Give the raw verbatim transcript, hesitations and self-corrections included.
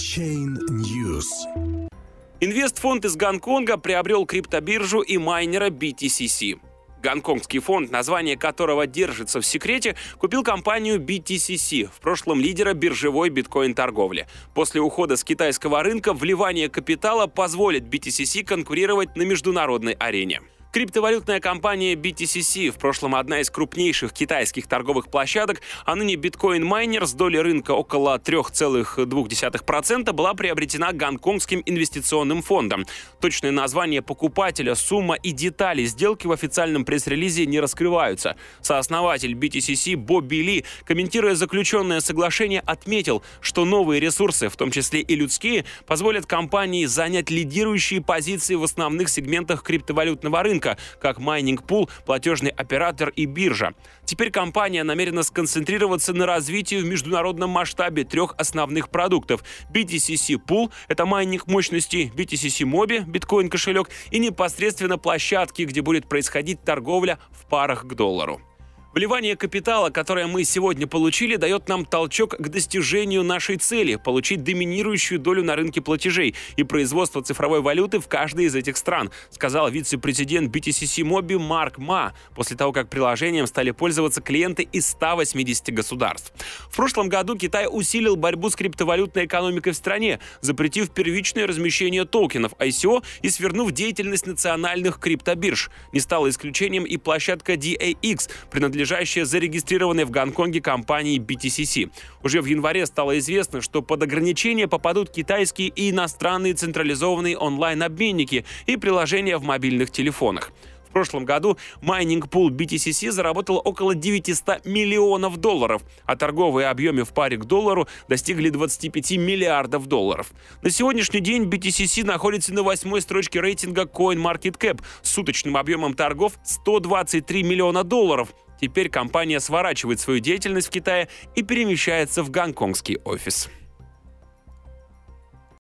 Chain News. Инвестфонд из Гонконга приобрел криптобиржу и майнера би ти си си. Гонконгский фонд, название которого держится в секрете, купил компанию би ти си си, в прошлом лидера биржевой биткоин-торговли. После ухода с китайского рынка вливание капитала позволит би ти си си конкурировать на международной арене. Криптовалютная компания би ти си си, в прошлом одна из крупнейших китайских торговых площадок, а ныне биткоин-майнер с долей рынка около три целых две десятых процента, была приобретена Гонконгским инвестиционным фондом. Точное название покупателя, сумма и детали сделки в официальном пресс-релизе не раскрываются. Сооснователь би ти си си Бобби Ли, комментируя заключенное соглашение, отметил, что новые ресурсы, в том числе и людские, позволят компании занять лидирующие позиции в основных сегментах криптовалютного рынка, как майнинг-пул, платежный оператор и биржа. Теперь компания намерена сконцентрироваться на развитии в международном масштабе трех основных продуктов. би ти си си Pool — это майнинг мощности, би ти си си Mobi — биткоин-кошелек и непосредственно площадки, где будет происходить торговля в парах к доллару. Вливание капитала, которое мы сегодня получили, дает нам толчок к достижению нашей цели – получить доминирующую долю на рынке платежей и производство цифровой валюты в каждой из этих стран, сказал вице-президент би ти си си Mobi Марк Ма, после того, как приложением стали пользоваться клиенты из ста восьмидесяти государств. В прошлом году Китай усилил борьбу с криптовалютной экономикой в стране, запретив первичное размещение токенов ай си о и свернув деятельность национальных криптобирж. Не стала исключением и площадка ди эй икс, принадлежащая зарегистрированной в Гонконге компанией би ти си си. Уже в январе стало известно, что под ограничения попадут китайские и иностранные централизованные онлайн-обменники и приложения в мобильных телефонах. В прошлом году майнинг-пул би ти си си заработал около девятисот миллионов долларов, а торговые объемы в паре к доллару достигли двадцати пяти миллиардов долларов. На сегодняшний день би ти си си находится на восьмой строчке рейтинга CoinMarketCap с суточным объемом торгов сто двадцать три миллиона долларов. Теперь компания сворачивает свою деятельность в Китае и перемещается в гонконгский офис.